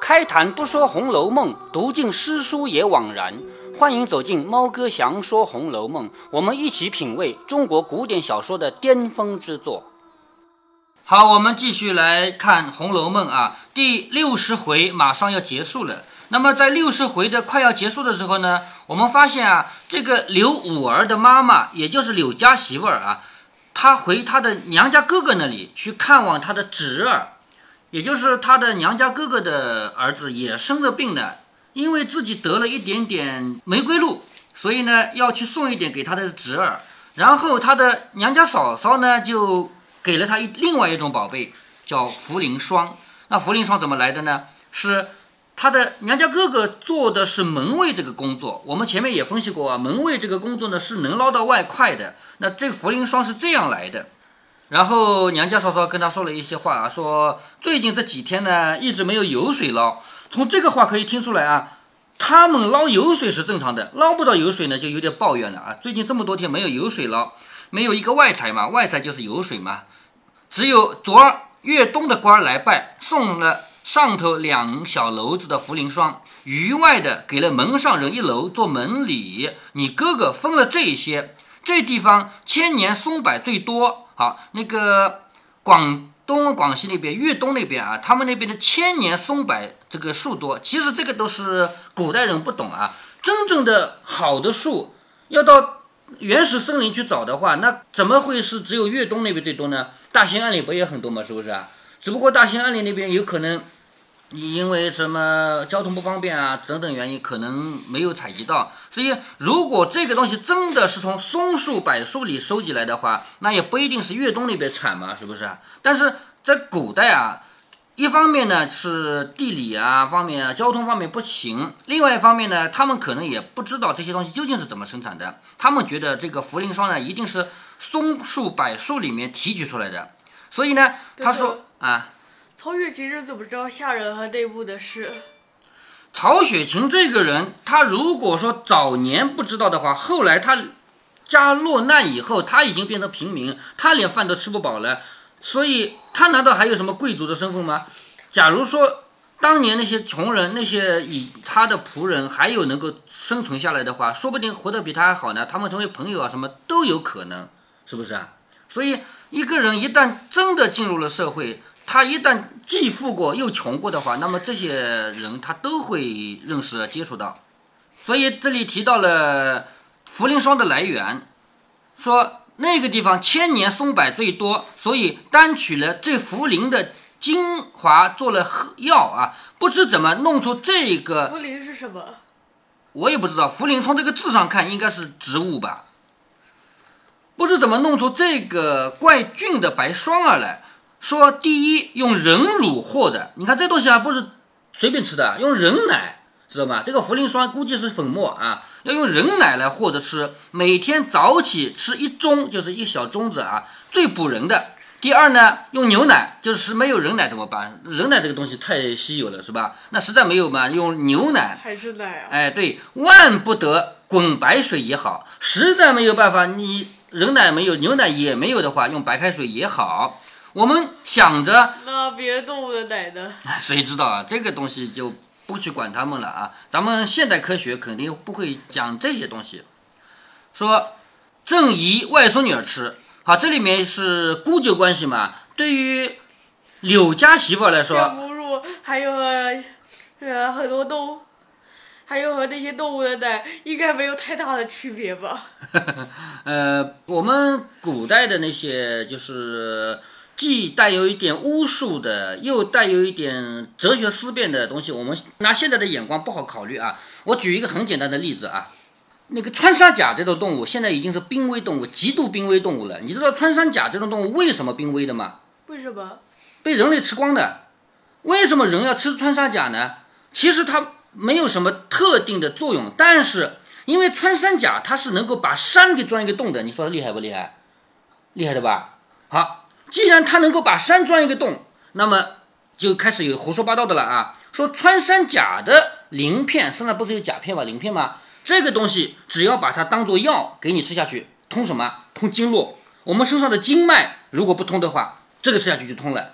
开坛不说《红楼梦》，读尽诗书也枉然。欢迎走进猫哥祥说《红楼梦》，我们一起品味中国古典小说的巅峰之作。好，我们继续来看《红楼梦》啊，第60回马上要结束了。那么在60回的快要结束的时候呢，我们发现啊，这个柳五儿的妈妈，也就是柳家媳妇儿啊，她回她的娘家哥哥那里去看望她的侄儿，也就是她的娘家哥哥的儿子也生了病了，因为自己得了一点点玫瑰露，所以呢要去送一点给她的侄儿。然后她的娘家嫂嫂呢就给了她另外一种宝贝，叫茯苓霜。那茯苓霜怎么来的呢？是他的娘家哥哥做的是门卫这个工作，我们前面也分析过啊，门卫这个工作呢是能捞到外快的。那这个茯苓霜是这样来的。然后娘家嫂嫂跟他说了一些话啊，说最近这几天呢一直没有油水捞。从这个话可以听出来啊，他们捞油水是正常的，捞不到油水呢就有点抱怨了啊。最近这么多天没有油水捞，没有一个外财嘛，外财就是油水嘛。只有昨儿越东的官来拜，送了上头2小篓子的茯苓霜，余外的给了门上人1篓做门礼。你哥哥分了这些，这地方千年松柏最多。好，那个广东广西那边粤东那边啊，他们那边的千年松柏这个树多，其实这个都是古代人不懂啊。真正的好的树要到原始森林去找的话，那怎么会是只有粤东那边最多呢？大兴安岭不也很多吗？是不是啊？只不过大兴安岭那边有可能因为什么交通不方便啊等等原因，可能没有采集到。所以如果这个东西真的是从松树柏树里收集来的话，那也不一定是粤东那边产嘛，是不是？但是在古代啊，一方面呢是地理啊方面啊交通方面不行，另外一方面呢他们可能也不知道这些东西究竟是怎么生产的，他们觉得这个茯苓霜呢一定是松树柏树里面提取出来的。所以呢他说啊， 曹雪芹是怎么知道下人和内部的事？ 曹雪芹这个人，他如果说早年不知道的话，后来他家落难以后，他已经变成平民，他连饭都吃不饱了，所以他难道还有什么贵族的身份吗？假如说当年那些穷人，那些以他的仆人还有能够生存下来的话，说不定活得比他还好呢，他们成为朋友啊什么都有可能，是不是啊？所以一个人一旦真的进入了社会，他一旦既富过又穷过的话，那么这些人他都会认识接触到。所以这里提到了茯苓霜的来源，说那个地方千年松柏最多，所以单取了这茯苓的精华做了药啊。不知怎么弄出这个茯苓是什么？ 我也不知道，茯苓从这个字上看应该是植物吧。不知怎么弄出这个怪菌的白霜儿来。说第一用人乳和的，你看这东西还不是随便吃的，用人奶，知道吗？这个茯苓霜估计是粉末啊，要用人奶来和着吃，每天早起吃1盅，就是1小盅子啊，最补人的。第二呢，用牛奶，就是没有人奶怎么办？人奶这个东西太稀有了，是吧？那实在没有嘛，用牛奶还是奶啊？ 哎，对，万不得滚白水也好，实在没有办法，你人奶没有，牛奶也没有的话，用白开水也好。我们想着那别动物的奶呢？ 谁知道啊？这个东西就不去管他们了啊。咱们现代科学肯定不会讲这些东西。说正宜外孙女儿吃，好，这里面是姑舅关系嘛。对于柳家媳妇来说， 母乳还有很多动物，还有和那些动物的奶应该没有太大的区别吧？ 我们古代的那些就是既带有一点巫术的，又带有一点哲学思辨的东西，我们拿现在的眼光不好考虑啊。我举一个很简单的例子啊，那个穿山甲这种动物现在已经是濒危动物，极度濒危动物了。你知道穿山甲这种动物为什么濒危的吗？ 为什么？ 被人类吃光的。为什么人要吃穿山甲呢？其实它没有什么特定的作用，但是因为穿山甲它是能够把山给钻一个洞的，你说厉害不厉害？厉害的吧？好。既然它能够把山钻一个洞，那么就开始有胡说八道的了啊！说穿山甲的鳞片，身上不是有甲片吗？鳞片吗？这个东西只要把它当做药给你吃下去，通什么？通经络。我们身上的经脉如果不通的话，这个吃下去就通了。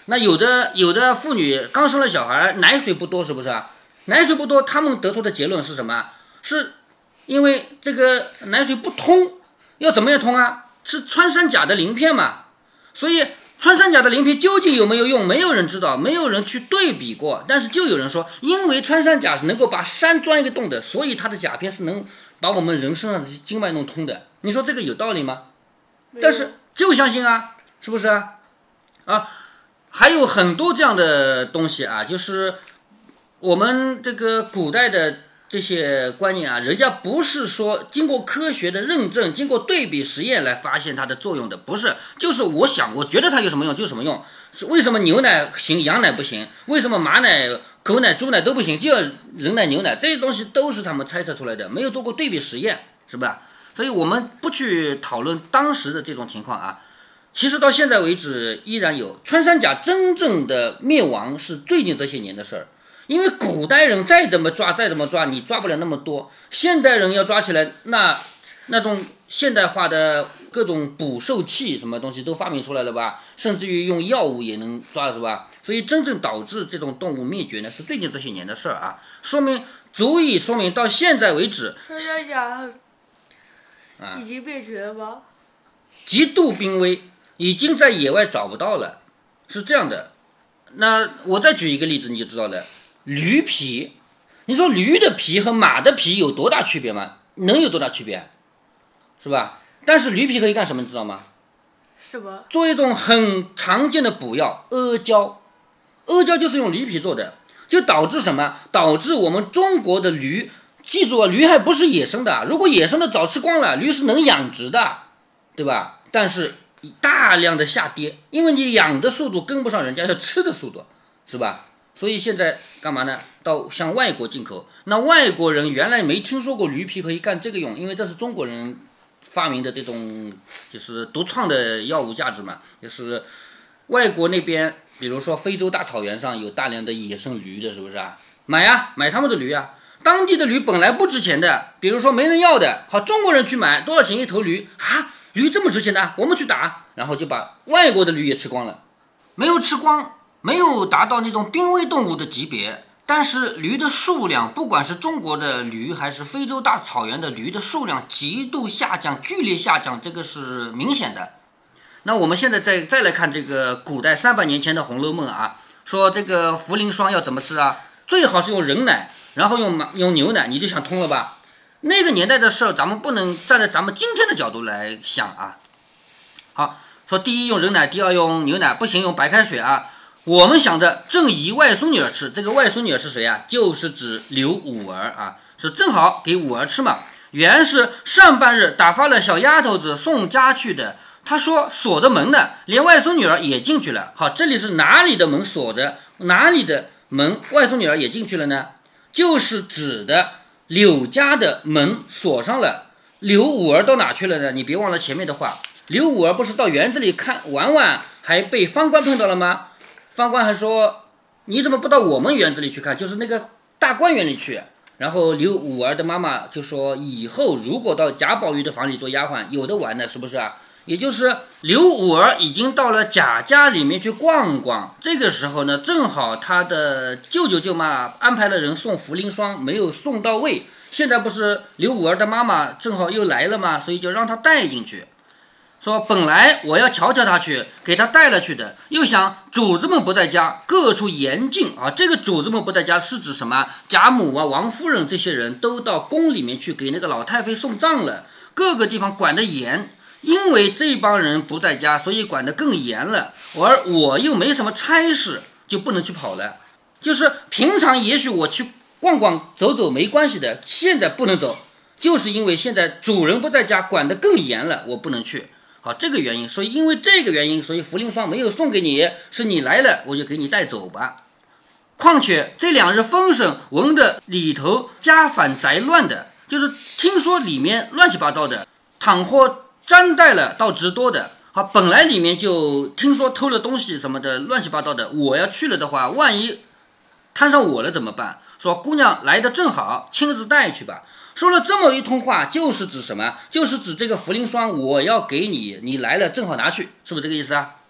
那有的妇女刚生了小孩，奶水不多，是不是啊？奶水不多，他们得出的结论是什么？是因为这个奶水不通，要怎么样通啊？是穿山甲的鳞片嘛。所以穿山甲的鳞片究竟有没有用，没有人知道，没有人去对比过。但是就有人说，因为穿山甲是能够把山钻一个洞的，所以它的甲片是能把我们人身上的经脉弄通的。你说这个有道理吗？但是就相信啊，是不是啊？还有很多这样的东西啊，就是我们这个古代的这些观念啊，人家不是说经过科学的认证，经过对比实验来发现它的作用的，不是，就是我觉得它有什么用就什么用。是为什么牛奶行，羊奶不行？为什么马奶、狗奶、猪奶都不行，就要人奶、牛奶？这些东西都是他们猜测出来的，没有做过对比实验，是不是？所以我们不去讨论当时的这种情况啊。其实到现在为止，依然有穿山甲真正的灭亡是最近这些年的事儿。因为古代人再怎么抓，你抓不了那么多。现代人要抓起来，那种现代化的各种捕兽器什么东西都发明出来了吧？甚至于用药物也能抓了，是吧？所以真正导致这种动物灭绝呢，是最近这些年的事儿啊。足以说明到现在为止， 穿山甲已经灭绝了吧？ 极度濒危。已经在野外找不到了，是这样的。那我再举一个例子，你就知道了。驴皮，你说驴的皮和马的皮有多大区别吗？能有多大区别？是吧？但是驴皮可以干什么，你知道吗？ 什么？ 做一种很常见的补药，阿胶。阿胶就是用驴皮做的，就导致什么？导致我们中国的驴，记住啊，驴还不是野生的，如果野生的早吃光了，驴是能养殖的，对吧？但是大量的下跌，因为你养的速度跟不上人家要吃的速度，是吧？所以现在干嘛呢？到向外国进口。那外国人原来没听说过驴皮可以干这个用，因为这是中国人发明的这种就是独创的药物价值嘛。就是外国那边，比如说非洲大草原上有大量的野生驴的，是不是啊？买他们的驴啊。当地的驴本来不值钱的，比如说没人要的，好，中国人去买，多少钱一头驴啊？驴这么值钱的，我们去打，然后就把外国的驴也吃光了。没有吃光，没有达到那种濒危动物的级别，但是驴的数量，不管是中国的驴还是非洲大草原的驴的数量极度下降，剧烈下降，这个是明显的。那我们现在再来看这个古代300年前的《红楼梦》啊，说这个茯苓霜要怎么吃啊？最好是用人奶，然后用牛奶，你就想通了吧？那个年代的事儿，咱们不能站在咱们今天的角度来想啊。好，说第一用人奶，第二用牛奶，不行用白开水啊。我们想着正宜外孙女儿吃，这个外孙女儿是谁啊？就是指刘五儿啊，是正好给五儿吃嘛。原是上半日打发了小丫头子送家去的，他说锁着门呢，连外孙女儿也进去了。好，这里是哪里的门锁着，哪里的门外孙女儿也进去了呢？就是指的柳家的门锁上了，刘五儿到哪去了呢？你别忘了前面的话，刘五儿不是到园子里玩玩，还被方官碰到了吗？方官还说你怎么不到我们园子里去看，就是那个大观园里去。然后刘五儿的妈妈就说以后如果到贾宝玉的房里做丫鬟，有的玩的，是不是啊？也就是刘五儿已经到了贾家里面去逛逛，这个时候呢，正好他的舅舅舅妈安排了人送茯苓霜，没有送到位。现在不是刘五儿的妈妈正好又来了嘛，所以就让他带进去。说本来我要瞧瞧他去，给他带了去的，又想主子们不在家，各处严禁啊。这个主子们不在家是指什么？贾母啊、王夫人这些人都到宫里面去给那个老太妃送葬了，各个地方管得严。因为这帮人不在家，所以管得更严了。而我又没什么差事，就不能去跑了。就是平常也许我去逛逛走走没关系的，现在不能走，就是因为现在主人不在家，管得更严了，我不能去。好，这个原因，所以因为这个原因，所以茯苓霜没有送给你，是你来了我就给你带走吧。况且这2日风声闻得里头家反宅乱的，就是听说里面乱七八糟的，倘或沾带了倒直多的。好，本来里面就听说偷了东西什么的乱七八糟的，我要去了的话，万一摊上我了怎么办？说姑娘来的正好，亲自带去吧。说了这么一通话，就是指什么？就是指这个茯苓霜我要给你，你来了正好拿去，是不是这个意思啊？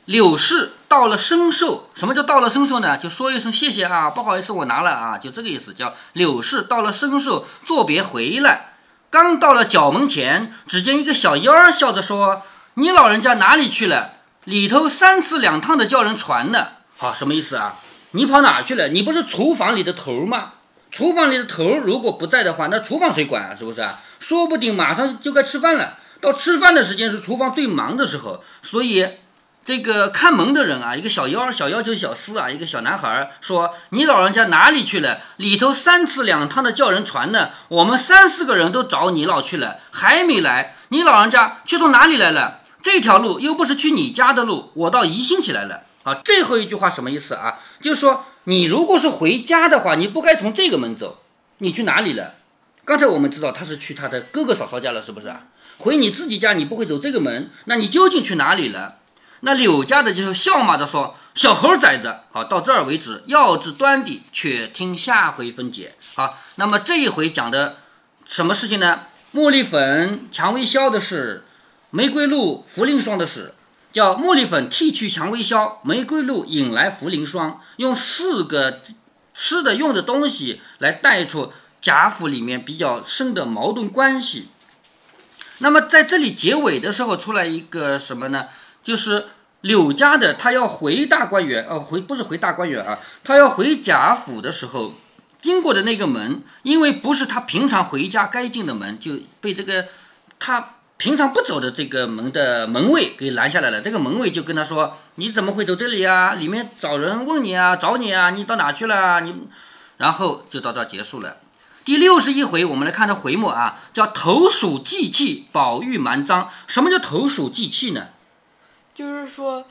柳氏到了生寿，什么叫到了生寿呢？就说一声谢谢啊，不好意思，我拿了啊，就这个意思，叫柳氏到了生寿，作别回来，刚到了角门前，只见一个小妖儿笑着说：“你老人家哪里去了？里头3次2趟的叫人传呢。”好，什么意思啊？你跑哪去了？你不是厨房里的头吗？厨房里的头如果不在的话，那厨房谁管啊？是不是啊？说不定马上就该吃饭了，到吃饭的时间是厨房最忙的时候，所以这个看门的人啊，一个小妖，小妖就是小厮啊，一个小男孩说：“你老人家哪里去了？里头3次2趟的叫人传呢。我们3、4个人都找你老去了，还没来。你老人家却从哪里来了？这条路又不是去你家的路，我倒疑心起来了。”啊，最后一句话什么意思啊？就是说，你如果是回家的话，你不该从这个门走，你去哪里了？刚才我们知道他是去他的哥哥嫂嫂家了，是不是啊？回你自己家你不会走这个门，那你究竟去哪里了？那柳家的就是笑骂的说：“小猴崽子！”好，到这儿为止，要知端底，且听下回分解。好，那么这一回讲的什么事情呢？茉莉粉、蔷薇硝的事，玫瑰露、茯苓霜的事。叫茉莉粉剃去蔷薇硝，玫瑰露引来茯苓霜，用4个吃的用的东西来带出贾府里面比较深的矛盾关系。那么在这里结尾的时候出来一个什么呢？就是柳家的他要回大观园，不是回大观园啊，他要回贾府的时候，经过的那个门，因为不是他平常回家该进的门，就被这个他平常不走的这个门的门卫给拦下来了。这个门卫就跟他说：“你怎么会走这里啊？里面找人问你啊，找你啊，你到哪去了？你……”然后就到这儿结束了。第61回，我们来看它回目啊，叫投鼠忌器，宝玉瞒赃。什么叫投鼠忌器呢？ 就是说，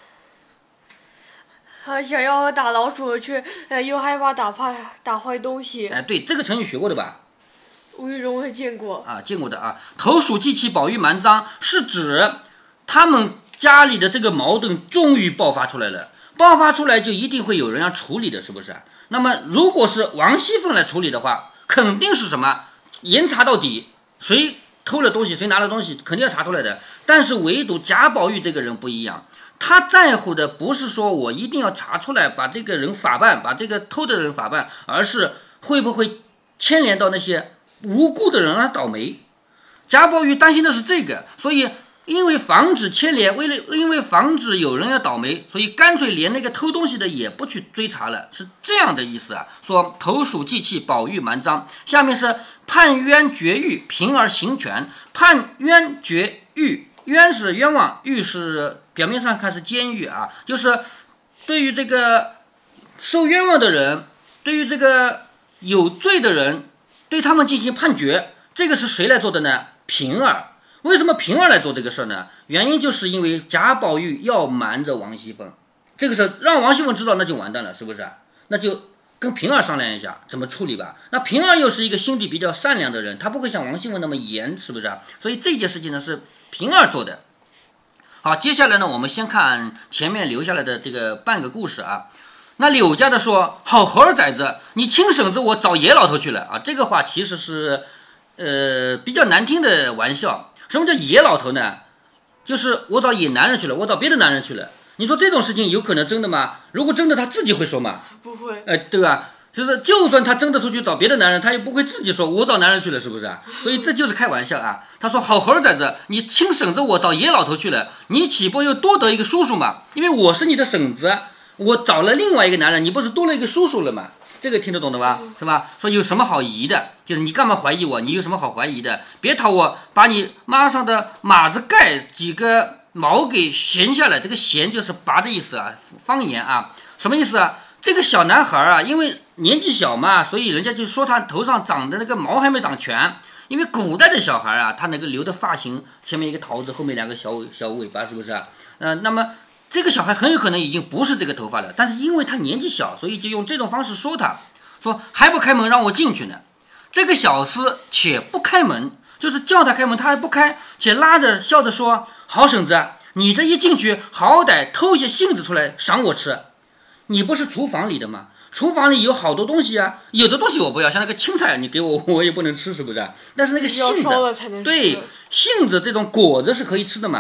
想要打老鼠去，又害怕打坏东西。 哎，对，这个成语学过的吧？ 吴玉荣也见过啊，见过的啊。投鼠忌器，宝玉瞒赃，是指他们家里的这个矛盾终于爆发出来了。爆发出来就一定会有人要处理的，是不是？那么如果是王熙凤来处理的话，肯定是什么严查到底，谁偷了东西，谁拿了东西，肯定要查出来的。但是唯独贾宝玉这个人不一样，他在乎的不是说我一定要查出来把这个人法办，把这个偷的人法办，而是会不会牵连到那些无辜的人让他倒霉。贾宝玉担心的是这个，所以因为防止牵连，因为防止有人要倒霉，所以干脆连那个偷东西的也不去追查了，是这样的意思啊。说投鼠忌器，宝玉瞒赃。下面是判冤决狱，平而行权。判冤决狱，冤是冤枉，狱是表面上看是监狱啊，就是对于这个受冤枉的人，对于这个有罪的人，对他们进行判决。这个是谁来做的呢？平儿。为什么平儿来做这个事呢？原因就是因为贾宝玉要瞒着王熙凤，这个事让王熙凤知道，那就完蛋了，是不是？那就跟平儿商量一下怎么处理吧。那平儿又是一个心地比较善良的人，他不会像王熙凤那么严，是不是？所以这件事情呢是平儿做的。好，接下来呢，我们先看前面留下来的这个半个故事啊。那柳家的说：“好猴儿崽子，你亲婶子我找野老头去了啊！”这个话其实是比较难听的玩笑。什么叫野老头呢？就是我找野男人去了，我找别的男人去了。你说这种事情有可能真的吗？如果真的，他自己会说吗？ 不会。 对吧？就算他真的出去找别的男人，他也不会自己说我找男人去了，是不是？所以这就是开玩笑啊。他说：“好猴儿崽子，你亲婶子我找野老头去了，你岂不又多得一个叔叔嘛？因为我是你的婶子，我找了另外一个男人，你不是多了一个叔叔了吗？”这个听得懂的吧？是吧？说有什么好疑的？就是你干嘛怀疑我？你有什么好怀疑的？别讨我把你妈上的马子盖几个毛给衔下来。这个衔就是拔的意思啊，方言啊，什么意思啊？这个小男孩啊，因为年纪小嘛，所以人家就说他头上长的那个毛还没长全。因为古代的小孩啊，他那个留的发型，前面一个桃子，后面2个小尾巴，是不是？那么这个小孩很有可能已经不是这个头发了，但是因为他年纪小，所以就用这种方式说他，说还不开门让我进去呢。这个小厮且不开门，就是叫他开门他还不开，且拉着笑着说：“好婶子，你这一进去，好歹偷些杏子出来赏我吃。你不是厨房里的吗？厨房里有好多东西啊，有的东西我不要，像那个青菜你给我，我也不能吃，是不是？但是那个杏子，对，杏子这种果子是可以吃的嘛。”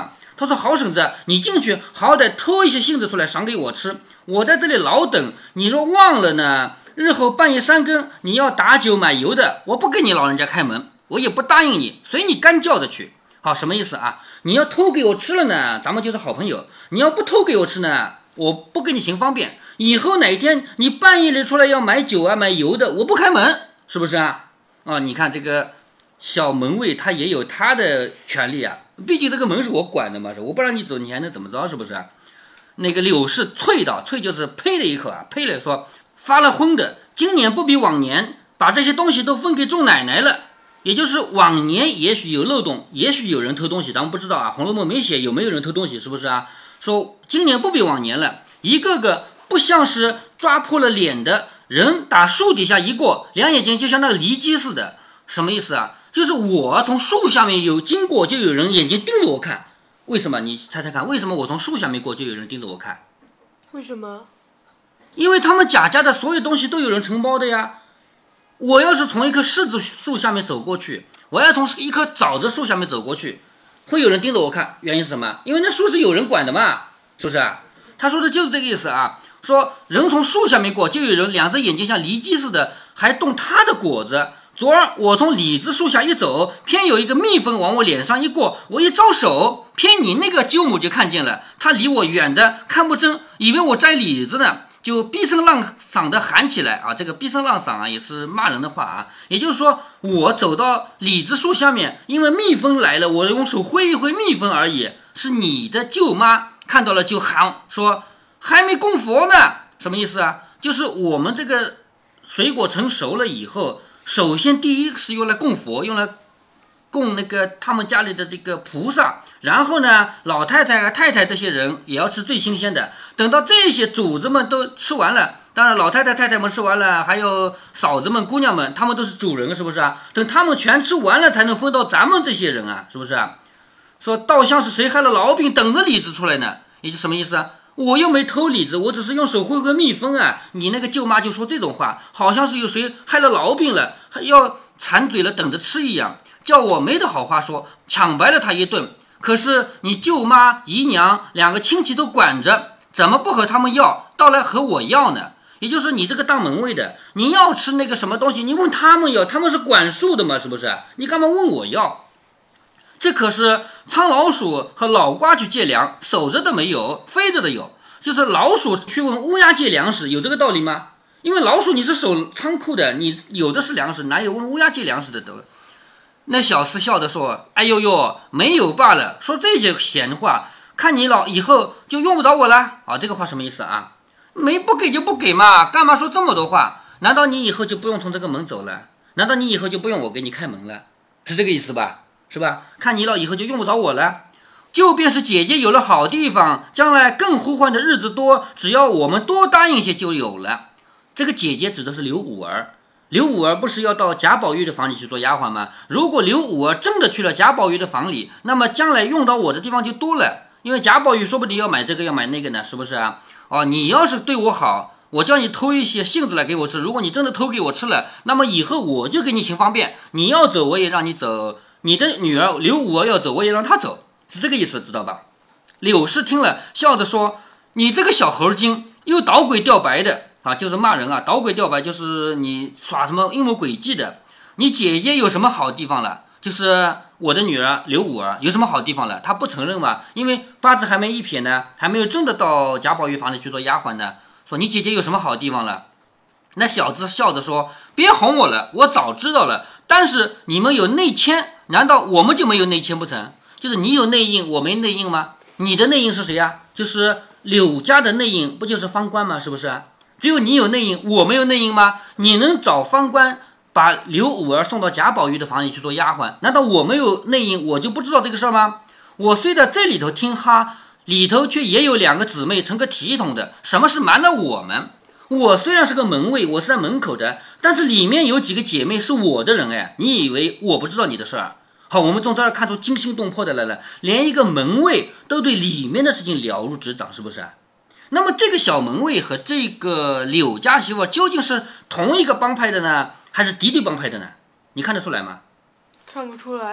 他说好婶子，你进去好歹偷一些杏子出来赏给我吃，我在这里老等，你若忘了呢，日后半夜3更你要打酒买油的，我不给你老人家开门，我也不答应你，随你干叫着去。好，什么意思啊？你要偷给我吃了呢，咱们就是好朋友；你要不偷给我吃呢，我不给你行方便。以后哪天你半夜里出来要买酒啊买油的，我不开门，是不是啊？你看这个小门卫他也有他的权利啊，毕竟这个门是我管的嘛，我不让你走，你还能怎么着，是不是啊？那个柳氏啐道，啐就是呸了一口啊，呸了说发了昏的，今年不比往年，把这些东西都分给众奶奶了。也就是往年也许有漏洞，也许有人偷东西，咱们不知道啊，《红楼梦》没写有没有人偷东西，是不是啊？说今年不比往年了，一个个不像是抓破了脸的人，打树底下一过，两眼睛就像那个离鸡似的，什么意思啊？就是我从树下面有经过，就有人眼睛盯着我看。为什么？你猜猜看，为什么我从树下面过就有人盯着我看？ 为什么？ 因为他们贾家的所有东西都有人承包的呀。我要是从一棵柿子树下面走过去，我要从一棵枣子树下面走过去，会有人盯着我看，原因是什么？因为那树是有人管的嘛，是不是啊？他说的就是这个意思啊，说人从树下面过，就有人两只眼睛像离鸡似的，还动他的果子。昨儿我从李子树下一走，偏有一个蜜蜂往我脸上一过，我一招手，偏你那个舅母就看见了，他离我远的看不真，以为我摘李子呢，就逼声浪嗓的喊起来啊！这个逼声浪嗓啊，也是骂人的话啊。也就是说，我走到李子树下面，因为蜜蜂来了，我用手挥一挥蜜蜂而已。是你的舅妈看到了就喊说还没供佛呢，什么意思啊？就是我们这个水果成熟了以后，首先第一是用来供佛，用来供那个他们家里的这个菩萨，然后呢，老太太啊、太太这些人也要吃最新鲜的。等到这些主子们都吃完了，当然老太太、太太们吃完了，还有嫂子们、姑娘们，他们都是主人，是不是啊？等他们全吃完了，才能分到咱们这些人啊，是不是啊？说倒像是谁害了老饼，等着李子出来呢？也就什么意思啊？我又没偷李子，我只是用手挥挥蜜蜂啊！你那个舅妈就说这种话，好像是有谁害了老饼了，还要馋嘴了等着吃一样，叫我没得好话说，抢白了他一顿。可是你舅妈、姨娘两个亲戚都管着，怎么不和他们要，倒来和我要呢？也就是你这个当门卫的，你要吃那个什么东西，你问他们要，他们是管束的嘛，是不是？你干嘛问我要？这可是苍老鼠和老瓜去借粮，守着的没有，飞着的有。就是老鼠去问乌鸦借粮食，有这个道理吗？因为老鼠你是守仓库的，你有的是粮食，哪有问乌鸦借粮食的都？那小厮笑着说：“哎呦呦，没有罢了，说这些闲话，看你以后就用不着我了。”啊，这个话什么意思啊？没不给就不给嘛，干嘛说这么多话？难道你以后就不用从这个门走了？难道你以后就不用我给你开门了？是这个意思吧？是吧？看你以后就用不着我了。就便是姐姐有了好地方，将来更呼唤的日子多，只要我们多答应些就有了。这个姐姐指的是刘五儿。刘五儿不是要到贾宝玉的房里去做丫鬟吗？如果刘五儿真的去了贾宝玉的房里，那么将来用到我的地方就多了，因为贾宝玉说不定要买这个要买那个呢，是不是啊？你要是对我好，我叫你偷一些杏子来给我吃，如果你真的偷给我吃了，那么以后我就给你行方便，你要走我也让你走，你的女儿刘五儿要走我也让她走，是这个意思，知道吧？柳氏听了笑着说：“你这个小猴精，又捣鬼吊白的啊，就是骂人啊，捣鬼吊白就是你耍什么阴谋诡计的。你姐姐有什么好地方了？就是我的女儿刘五儿有什么好地方了？她不承认嘛，因为八字还没一撇呢，还没有真的到贾宝玉房里去做丫鬟呢。说你姐姐有什么好地方了？”那小子笑着说：“别哄我了，我早知道了。但是你们有内签，难道我们就没有内签不成？就是你有内应，我没内应吗？你的内应是谁呀？就是柳家的内应，不就是方官吗？是不是？只有你有内应，我没有内应吗？你能找方官把刘五儿送到贾宝玉的房里去做丫鬟，难道我没有内应，我就不知道这个事儿吗？我虽在这里头听哈，里头却也有两个姊妹成个体统的，什么是瞒了我们？我虽然是个门卫，我是在门口的，但是里面有几个姐妹是我的人哎，你以为我不知道你的事儿？好，我们从这儿看出惊心动魄的来了，连一个门卫都对里面的事情了如指掌，是不是？那么这个小门卫和这个柳家媳妇究竟是同一个帮派的呢，还是敌对帮派的呢？你看得出来吗？ 看不出来。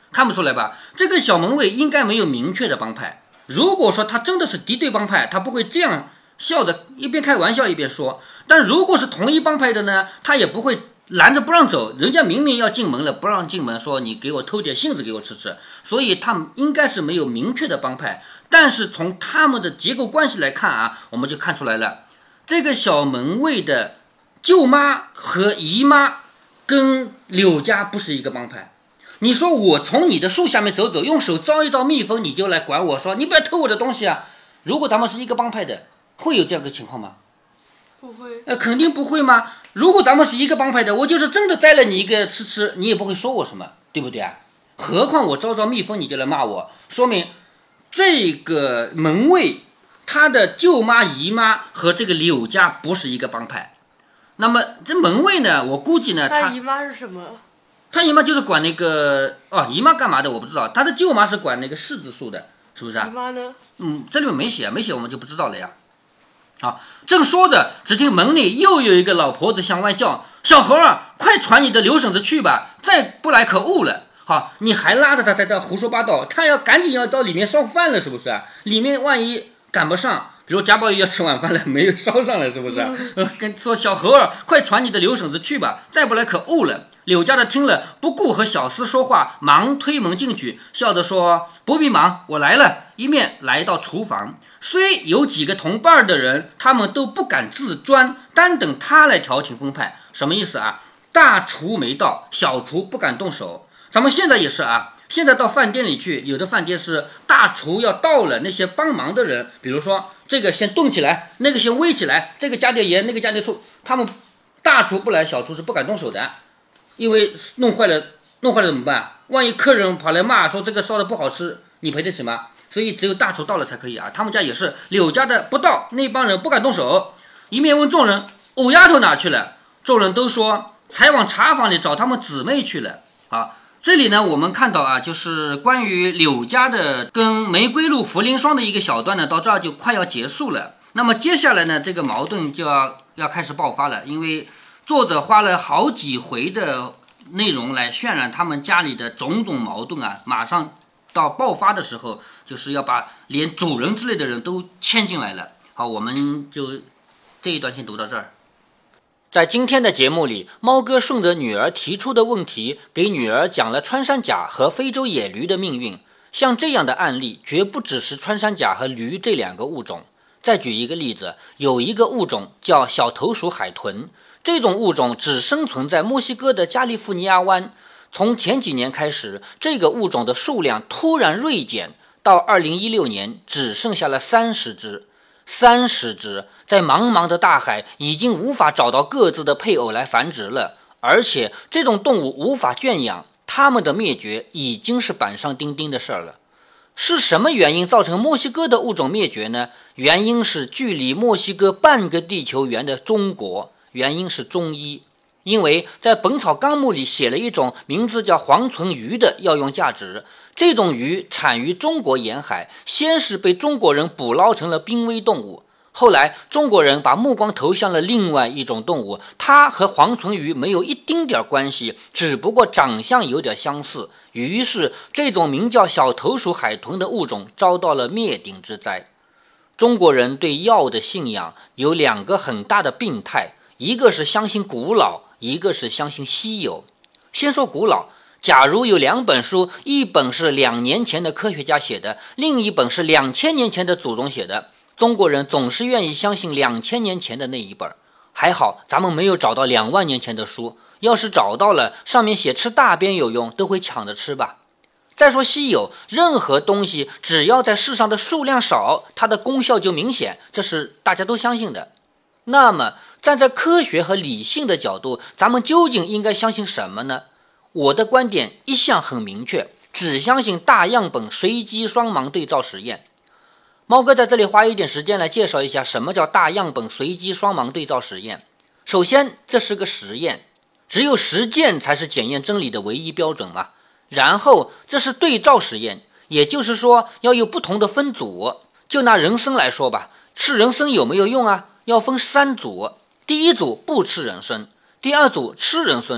看不出来吧？这个小门卫应该没有明确的帮派。如果说他真的是敌对帮派，他不会这样笑着一边开玩笑一边说。但如果是同一帮派的呢，他也不会拦着不让走，人家明明要进门了，不让进门，说你给我偷点杏子给我吃吃。所以他们应该是没有明确的帮派。但是从他们的结构关系来看啊，我们就看出来了，这个小门卫的舅妈和姨妈跟柳家不是一个帮派。你说我从你的树下面走走，用手招一招蜜蜂，你就来管我说你不要偷我的东西啊？如果咱们是一个帮派的，会有这样的情况吗？ 不会。 肯定不会吗？如果咱们是一个帮派的，我就是真的摘了你一个吃，你也不会说我什么，对不对啊？何况我招招蜜蜂你就来骂我，说明这个门卫他的舅妈姨妈和这个柳家不是一个帮派。那么这门卫呢，我估计呢， 他姨妈是什么？ 他姨妈就是管那个姨妈干嘛的我不知道，他的舅妈是管那个柿子树的，是不是啊？ 姨妈呢？ 这里面没写我们就不知道了呀。正说着，只听门里又有一个老婆子向外叫：“小猴啊，快传你的刘婶子去吧，再不来可误了。”好，你还拉着他在这胡说八道，他赶紧要到里面烧饭了，是不是啊？里面万一赶不上，比如贾宝玉要吃晚饭了，没有烧上了，是不是啊？跟说小猴儿，快传你的刘婶子去吧，再不来可误了。柳家的听了，不顾和小厮说话，忙推门进去，笑着说：“不必忙，我来了。”一面来到厨房，虽有几个同伴的人，他们都不敢自专，单等他来调停分派。什么意思啊？大厨没到，小厨不敢动手。咱们现在也是啊，现在到饭店里去，有的饭店是大厨要到了，那些帮忙的人，比如说这个先炖起来，那个先煨起来，这个加点盐，那个加点醋，他们大厨不来，小厨是不敢动手的，因为弄坏了怎么办？万一客人跑来骂说这个烧的不好吃，你赔得起吗？所以只有大厨到了才可以啊。他们家也是，柳家的不到，那帮人不敢动手。一面问众人：“五丫头哪去了？”众人都说：“才往茶房里找他们姊妹去了。”这里呢，我们看到啊，就是关于柳家的跟玫瑰露、茯苓霜的一个小段呢，到这儿就快要结束了。那么接下来呢，这个矛盾就要开始爆发了，因为作者花了好几回的内容来渲染他们家里的种种矛盾啊，马上到爆发的时候，就是要把连主人之类的人都牵进来了。好，我们就这一段先读到这儿。在今天的节目里，猫哥顺着女儿提出的问题，给女儿讲了穿山甲和非洲野驴的命运。像这样的案例，绝不只是穿山甲和驴这两个物种。再举一个例子，有一个物种叫小头鼠海豚，这种物种只生存在墨西哥的加利福尼亚湾。从前几年开始，这个物种的数量突然锐减，到2016年只剩下了30只。30只，在茫茫的大海已经无法找到各自的配偶来繁殖了，而且这种动物无法圈养，它们的灭绝已经是板上钉钉的事儿了。是什么原因造成墨西哥的物种灭绝呢？原因是距离墨西哥半个地球圆的中国，原因是中医。因为在《本草纲目》里写了一种名字叫黄唇鱼的药用价值，这种鱼产于中国沿海，先是被中国人捕捞成了濒危动物，后来中国人把目光投向了另外一种动物，它和黄唇鱼没有一丁点关系，只不过长相有点相似，于是这种名叫小头鼠海豚的物种遭到了灭顶之灾。中国人对药的信仰有两个很大的病态，一个是相信古老，一个是相信稀有。先说古老，假如有2本书，一本是2年前的科学家写的，另一本是2000年前的祖宗写的，中国人总是愿意相信2000年前的那一本。还好咱们没有找到2万年前的书，要是找到了，上面写吃大便有用，都会抢着吃吧。再说稀有，任何东西只要在世上的数量少，它的功效就明显，这是大家都相信的。那么站在科学和理性的角度，咱们究竟应该相信什么呢？我的观点一向很明确，只相信大样本随机双盲对照实验。猫哥在这里花一点时间来介绍一下什么叫大样本随机双盲对照实验。首先，这是个实验，只有实践才是检验真理的唯一标准嘛。然后这是对照实验，也就是说要有不同的分组。就拿人参来说吧，吃人参有没有用啊？要分3组，第一组不吃人参，第二组吃人参，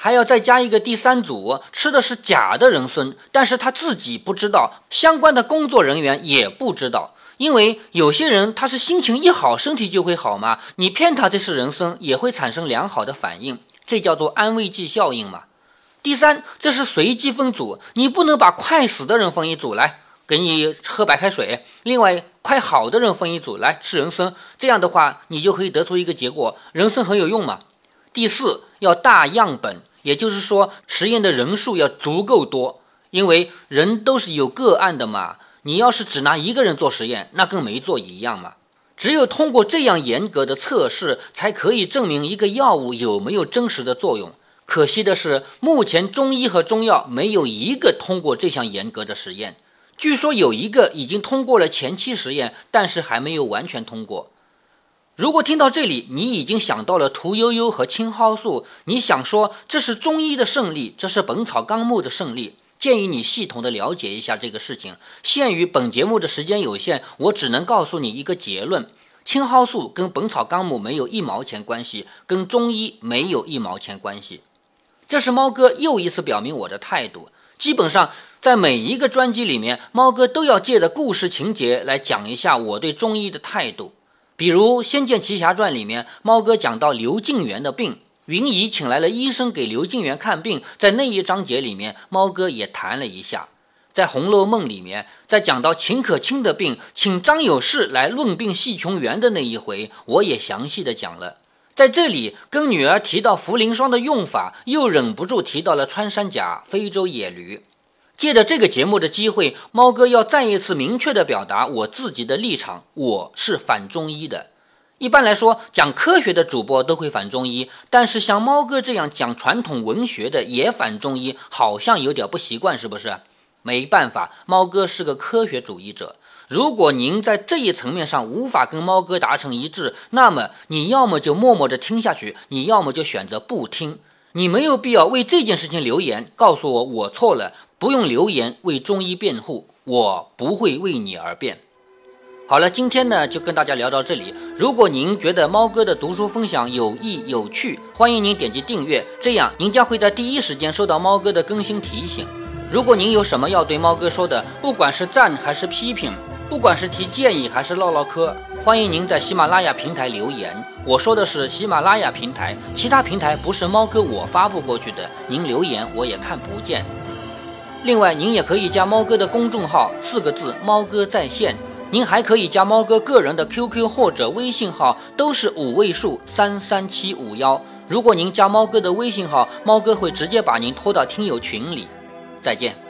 还要再加一个第三组，吃的是假的人参，但是他自己不知道，相关的工作人员也不知道。因为有些人他是心情一好身体就会好嘛，你骗他这是人参也会产生良好的反应，这叫做安慰剂效应嘛。第三，这是随机分组，你不能把快死的人分一组来给你喝白开水，另外快好的人分一组来吃人参，这样的话你就可以得出一个结果，人参很有用嘛。第四，要大样本，也就是说实验的人数要足够多，因为人都是有个案的嘛，你要是只拿一个人做实验，那跟没做一样嘛。只有通过这样严格的测试，才可以证明一个药物有没有真实的作用。可惜的是，目前中医和中药没有一个通过这项严格的实验。据说有一个已经通过了前期实验，但是还没有完全通过。如果听到这里，你已经想到了屠呦呦和青蒿素，你想说这是中医的胜利，这是本草纲目的胜利，建议你系统的了解一下这个事情。限于本节目的时间有限，我只能告诉你一个结论：青蒿素跟本草纲目没有1毛钱关系，跟中医没有1毛钱关系。这是猫哥又一次表明我的态度。基本上在每一个专辑里面，猫哥都要借着故事情节来讲一下我对中医的态度。比如《仙剑奇侠传》里面，猫哥讲到刘敬元的病，云姨请来了医生给刘敬元看病，在那一章节里面，猫哥也谈了一下。在《红楼梦》里面，在讲到秦可卿的病，请张有士来论病系穷源的那一回，我也详细的讲了。在这里跟女儿提到茯苓霜的用法，又忍不住提到了穿山甲、非洲野驴。借着这个节目的机会，猫哥要再一次明确地表达我自己的立场，我是反中医的。一般来说，讲科学的主播都会反中医，但是像猫哥这样讲传统文学的也反中医，好像有点不习惯，是不是？没办法，猫哥是个科学主义者。如果您在这一层面上无法跟猫哥达成一致，那么你要么就默默地听下去，你要么就选择不听。你没有必要为这件事情留言告诉我错了，不用留言为中医辩护，我不会为你而辩。好了，今天呢就跟大家聊到这里。如果您觉得猫哥的读书分享有益有趣，欢迎您点击订阅，这样您将会在第一时间收到猫哥的更新提醒。如果您有什么要对猫哥说的，不管是赞还是批评，不管是提建议还是唠唠嗑，欢迎您在喜马拉雅平台留言。我说的是喜马拉雅平台，其他平台不是猫哥我发布过去的，您留言我也看不见。另外，您也可以加猫哥的公众号，4个字，猫哥在线。您还可以加猫哥个人的 QQ 或者微信号，都是5位数33751。如果您加猫哥的微信号，猫哥会直接把您拖到听友群里。再见。